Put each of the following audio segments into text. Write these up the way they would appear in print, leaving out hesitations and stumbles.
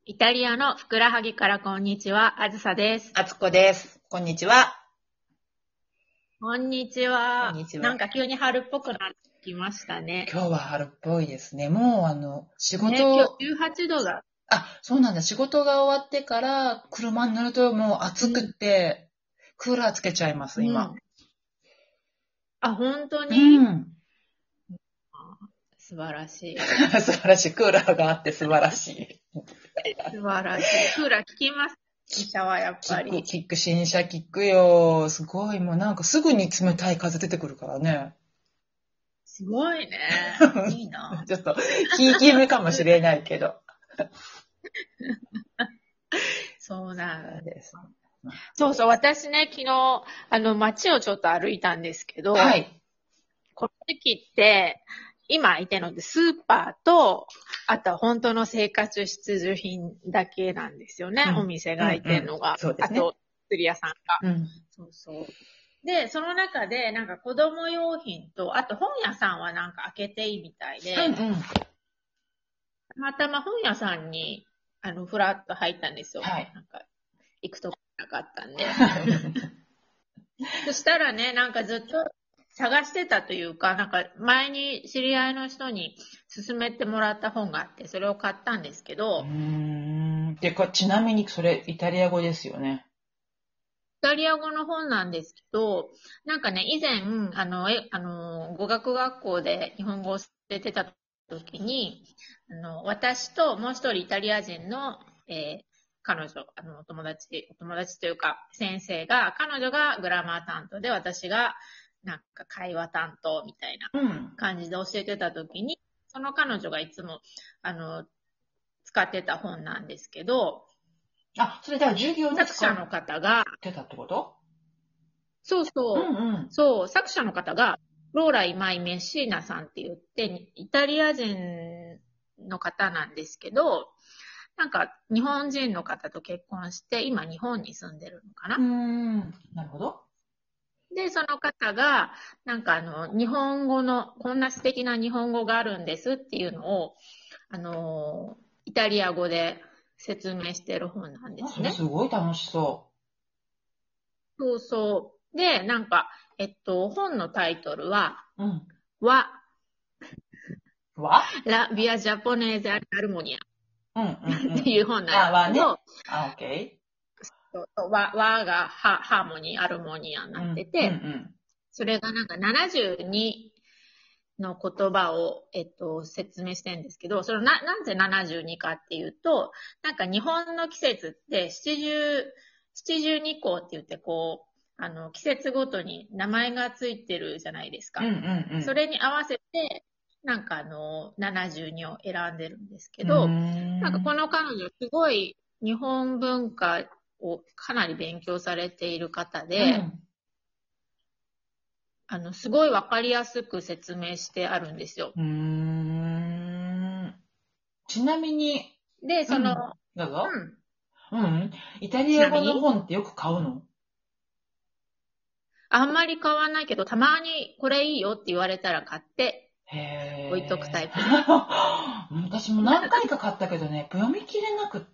イタリアのふくらはぎからこんにちは、あずさです。 あつこです。こんにちは。 こんにちは。 こんにちは。 なんか急に春っぽくなってきましたね。 今日は春っぽいですね。もう仕ね、今事、 日18度だ。 そうなんだ。仕事が終わってから車に乗るともう暑くって、クーラーつけちゃいます、今。 うん。あ、本当うにん。 素晴らしい。 素晴らしい。クーラーがあって素晴らしい。 素晴らしい。クーラー効きます。新車はやっぱり。 新車キックよ。すごい。もうなんかすぐに冷たい風出てくるからね。 すごいね。いいな。 ちょっと、ひいき目かもしれないけど。 そうなんです。 そうそう、私ね、昨日、街をちょっと歩いたんですけど、 はい。 この時期って、今いてるので、スーパーと、あとは本当の生活必需品だけなんですよね。 うん。 お店が開いてるのが。 そうですね。 あと、釣り屋さんが。 うん。 そうそう。で、その中で、なんか子供用品と、あと本屋さんはなんか開けていいみたいで、 うんうん。 たまたま本屋さんに、ふらっと入ったんですよ。 はい。 なんか、行くとこなかったんで。そしたらね、なんかずっと探してたというか、なんか前に知り合いの人に勧めてもらった本があって、それを買ったんですけど、 で、ちなみにそれイタリア語ですよね。 イタリア語の本なんですけど、なんかね、以前、語学学校で日本語を教えてた時に、私ともう一人イタリア人の、彼女、お友達というか、先生が、彼女がグラマー担当で、私が、なんか会話担当みたいなうん。 感じで教えてた時に、その彼女がいつも、使ってた本なんですけど、 それだから授業に使っ作者の方が、 てたってこと？ そううそう。 んうん。 そう、作者の方が、ローラ・イマイ・メッシーナさんって言って、イタリア人の方なんですけど、なんか日本人の方と結婚して、今日本に住んでるのかな。 なるほど。 で、その方が、なんか日本語の、こんな素敵な日本語があるんですっていうのを、イタリア語で説明してる本なんですそれすね。 ごい楽しそそうそう。で、なんか、本のタイトルは、 う。うん。 和はラ・ビア・ジャポネーゼ・アルモニアうんうんうっていうん。 本なんですはね。 けど、 オッケ和がハーモニー、アルモニアにー。 なうんうんうってて、 ん。 それがなんか72の言葉を、説明してるんですけど、なぜ72かっていうと、なんか日本の季節って七十二候って言って、こう、季節ごとに名前がついてるじゃないですうんうか。そんれに合わせて、なんか72を選んでるんですけうん。 ど、なんかこん。 の彼女すごい日本文化をかなり勉強されている方で、 うん。 すごいわかりやすく説明してあるんですよ。 うーん。ちなみに、 で、 うん。どうぞ。 うん。 うん。イタリア語のちなみに、 本ってよく買うの？ あんまり買わないけど、たまにこれいいよって言われたら買って置いとくタへえ。 イプです。 私も何回か買ったけどね、読み切れなくって、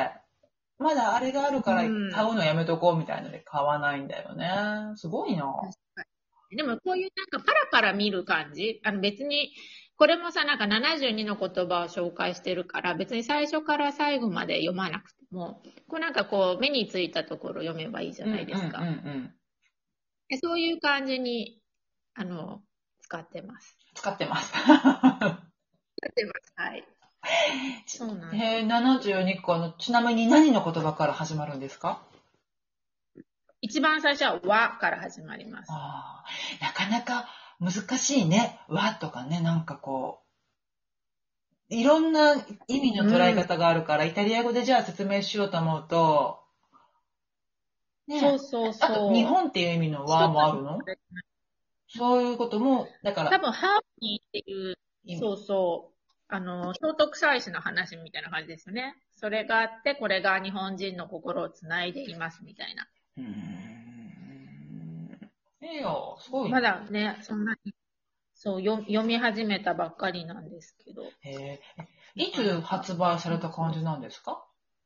まだあれがあるうから買ん。 うのやめとこうみたいので買わないんだよね。すごいな。 確かに。でもこういうなんかパラパラ見る感じ、別に、これもさ、なんか72の言葉を紹介してるから、別に最初から最後まで読まなくても、こうなんかこう目についたところ読めばいいじゃないうんうんうんですか。 うん。 でそういう感じに、あの、使ってます。 使ってます。 使ってます。はい。そうなんです。 72個ちなみに何の言葉から始まるんですか？ 一番最初は和から始まります。 なかなか難しいね。和とかね、なんかこう、いろんな意味の捉えうん。 方があるから、イタリア語でじゃあ説明しようと思うと、ね、 そうそうあと日そう。 本っていう意味の和一つもあるの？そういうことも、だから、 多分、ハーモニーっていう、 意味。 そうそう、聖徳太子の話みたいな感じですよね。それがあって、これが日本人の心をつないでいますみたいな。 うーん。いいよ、すごいまね。 だね、そんなに、そう、読み始めたばっかりなんですけど、 へえ。いつなかなか発売され面白い。 た感じなんですか？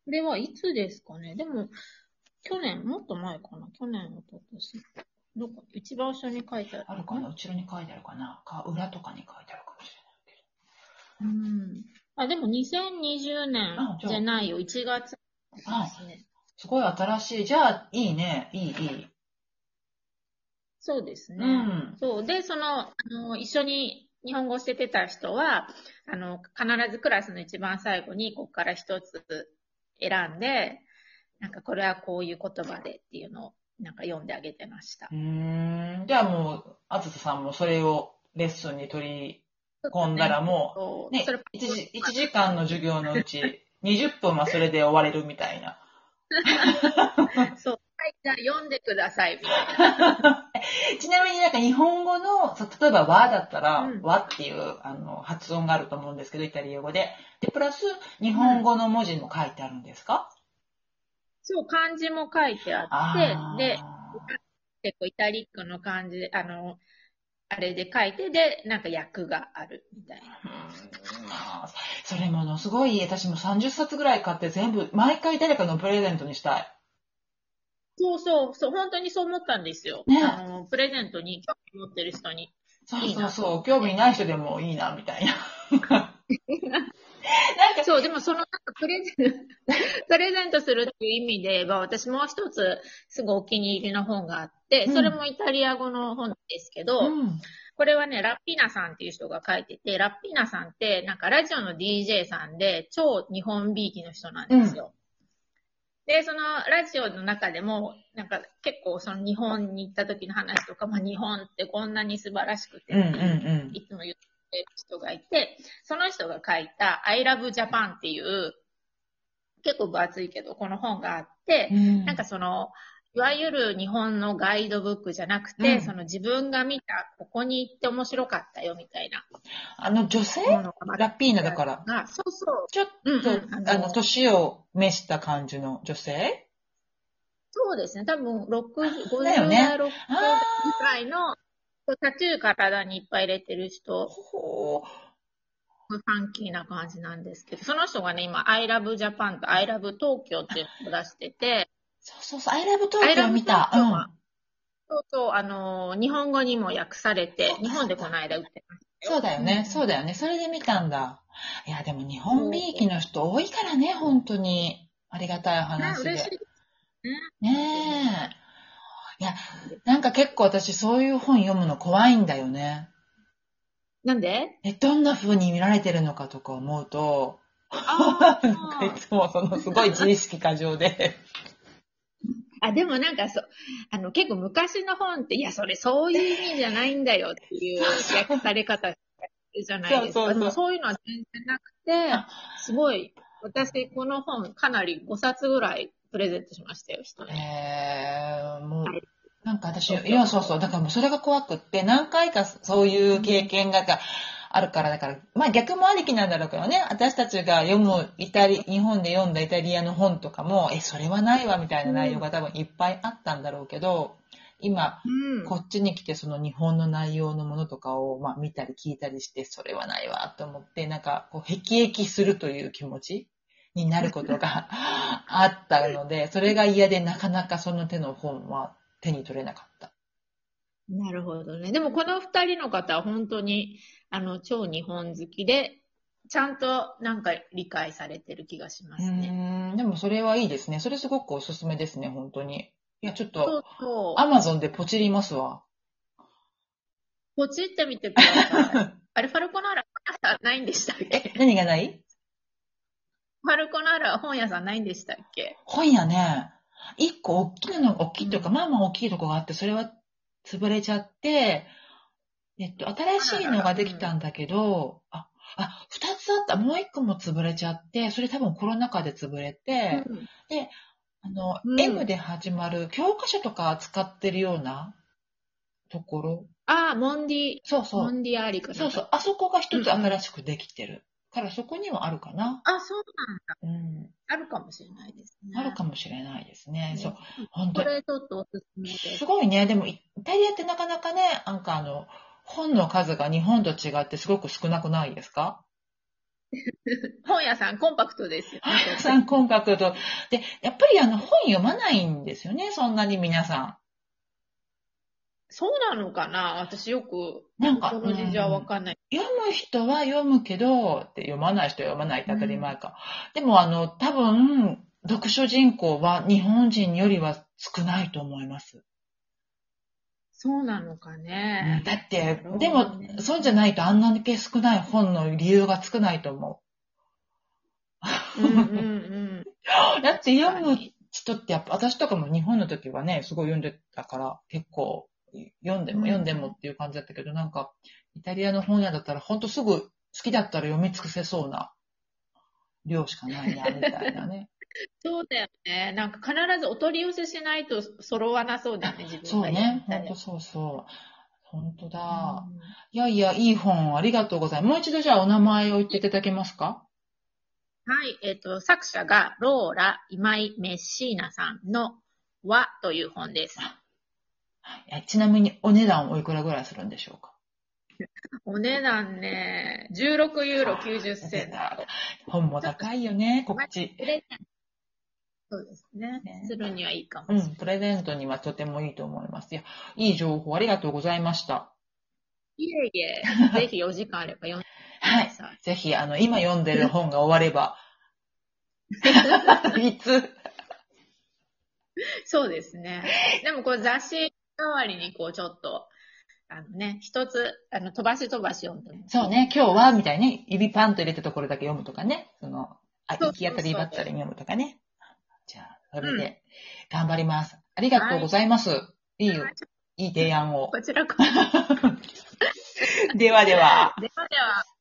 これはいつですかね。でも、去年、もっと前かな。去年、おととし。どこ、一番後ろに書いてある。 あるかな、後ろに書いてあるかな、裏とかに書いてあるかもしうん。あ、でも2020 れない。 年あ、じゃあ、 じゃないよ。1月であ、 すね。 すごい新しい。じゃあ、いいね。いい。 そうですうね。 ん。 そう。で、一緒に日本語をしててた人は、必ずクラスの一番最後に、ここから一つ選んで、なんかこれはこういう言葉でっていうのを、なんか読んであげてました。 じゃあもう、あずささんもそれをレッスンに取りちょっと込んだらね、 もう、 そう、それ、 ね、1時間の授業のうち20分はそれで終われるみたいな。 そう、はい、じゃあ読んでください、みたいな。 ちなみになんか日本語の、例えば和だったら、 うん。 和っていう発音があると思うんですけど、イタリア語で。で、プラス日うん。 本語の文字も書いてあるんですか？ そう、漢字も書いてあって、で、 あ結構イタリックの漢字で、あれで書いて、で、なんか訳があるみたいな。 まあ、それものすごい、私も30冊ぐらい買って全部、毎回誰かのプレゼントにしたい。 そうそう、そう、本当にそう思ったんですよ。 ね。 プレゼントに興味持ってる人にそういいなとそうそう、 思って。 興味ない人でもいいな、みたいな。なんか、 そう、でもなんかプレゼントするっていう意味では、私もう一つすごいお気に入りの本があって、それうん、 もイタリア語の本ですけど、 うん、 これはね、ラッピーナさんっていう人が書いてて、ラッピーナさんってなんかラジオの DJ さんで超日本びいきの人なんうん、 ですよ。で、そのラジオの中でも、なんか結構その日本に行った時の話とか、まあ日本ってこんなに素晴らしくうん、うん、 てっていう、 うん。 いつも言ってる人がいて、その人が書いた I love Japan っていう結構分厚いけど、この本があって、なんかいわゆる日本のガイドブックじゃなくて、 うん。 自分が見た、ここに行って面白かったよみたいな女性ものがまとラッピーナめてあるだから。 のが、そうそちょっう、うんと、 うん、 年を召した感じの女性そうですね、多分60、 だよ 50代、 ね。 60代あぐらいの、タトゥー体にいっぱい入れてる人、 ほう。 ファンキーな感じなんですけど、その人がね、今、I love Japan と I love Tokyo っていうのを出してて、 そうそうそう、アイラブ東 I 京 love 見た。う Tokyo は、 ん。 そうそう、日本語にも訳されて、 そっか日本でこのそっか。 間売ってましたよ。 そうだよね。 うんうん。 そうだよね。それで見たんだ。いや、でも日本びいきその人多いからね、本当に。ありがたいう。ね、 話で。 嬉しいですね。 ね本当に。 え。いや、なんか結構私そういう本読むの怖いんだよね。 なんで？ どんな風に見られてるのかとか思うと、 あなんかいあ。 つもすごい自意識過剰で。 あ、でもなんか結構昔の本って、いや、それそういう意味じゃないんだよっていう訳され方じゃないそうですか。でもそうそう。 そういうのは全然なくて、 あ、 すごい、私、この本かなり5冊ぐらいプレゼントしましたよ、人に。 もう、 はい、 なんか私、いや、 東京の。 そうそう。だからもうそれが怖くって、何回かそういう経うん。 験があるから、だから、まあ逆もありきなんだろうけどね、私たちが読む日本で読んだイタリアの本とかも、それはないわみたいな内容うん。 が多分いっぱいあったんだろうけど、今、 うん。 こっちに来てその日本の内容のものとかを、まあ見たり聞いたりして、それはないわと思って、なんか、こう、辟易するという気持ちになることがあったので、それが嫌でなかなかその手の本は手に取れなかった。 なるほどね。でもこの二人の方は本当に、超日本好きで、ちゃんとなんか理解されてる気がしますね。 でもそれはいいですね。それすごくおすすめですね、本当に。いや、ちょっと、 そうそう。 アマゾンでポチりますわ。 ポチってみてください。あれ、ファルコナーラ本屋さんないんでしたっけ？ 何がない？ ファルコナーラ本屋さんないんでしたっけ？ 本屋ね、一個大きなの、大きいというか、 うん。 まあまあ大きいとこがあって、それは潰れちゃって、新しいのあららら。うん。 ができたんだけど、二つあった。もう一個も潰れちゃって、それ多分コロナ禍で潰れて、 うん。 で、 う M ん。 で始まる教科書とか使ってるようなところ。 ああ、 そうそモンディアーリう。 かなんか。 そうそう。あそこが一つうんうん。 新しくできてる。からそこにはあるかな。 あ、そうなんだ。 うん。 あるかもしれないですね。 あるかもしれないですね。そう。 ね、 本当これちょっとおすすめです。 すごいね。でも、イタリアってなかなかね、なんか本の数が日本と違ってすごく少なくないですか？ 本屋さんコンパクトですよね。 本屋さんコンパクト。で、やっぱり本読まないんですよね、そんなに皆さそうなのかな、私よく、 ん。なんか、 この事情はわかんない。 読む人は読むけど、って読まない人は読まないって当たり前か。でも多分、読書人口は日本人よりは少ないと思います。 そうなのかね。 だって、 なるでも、 ほどね。 そうじゃないとあんなに少ない本の理由が少ないと思うんうんうん。 う。だって読む確かに。 人ってやっぱ、私とかも日本の時はね、すごい読んでたから、結構、読んでもっていう感じだったけど、なんか、イタリアの本屋だったら、ほんとすぐ好きだったら読み尽くせそうな量しかないな、みたいなね。 そうだよね。なんか必ずお取り寄せしないと揃わなそうだよね、自分が読そうね、 みたいやつ。 ほんとそうそう。ほんとうだ。 ん。 いやいや、いい本ありがとうございます。もう一度じゃあお名前を言っていただけますか？ はい、作者がローラ・今井メッシーナさんの和という本です。 ちなみにお値段おいくらぐらいするんでしょうか？ お値段ね、16ユーロ90セント。 本もちょっと、 高いよね、こまあ、 っち。 プレゼント、そうですね。 ね、 するにはいいかもしれない。 プレゼントにはとてもいいと思います。いや、いい情報ありがとうございました。 いえいえ、ぜひお時間あれば読んでくはい。 ださい。 ぜひ、今読んでる本が終われば、いつ、 そうですね。でもこう雑誌代わりにこうちょっと、一つ、飛ばし飛ばし読んでもそうね、 いいです。 今日は、みたいに、指パンと入れたところだけ読むとかね。 そう行き当たりそうそう。 ばったりに読むとかね。じゃあ、それうん。 で、頑張ります。ありがとうはい。 ございます。いいよ。いい提案を。 こちらこそ。 ではでは。 ではでは。